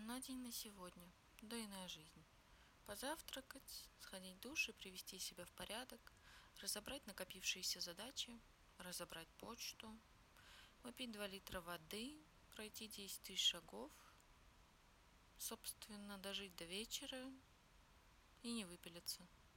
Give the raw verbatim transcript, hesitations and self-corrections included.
План на день на сегодня. Дойная жизнь. Позавтракать, сходить в душ и привести себя в порядок, разобрать накопившиеся задачи, разобрать почту, выпить два литра воды, пройти десять тысяч шагов, собственно, дожить до вечера и не выпилиться.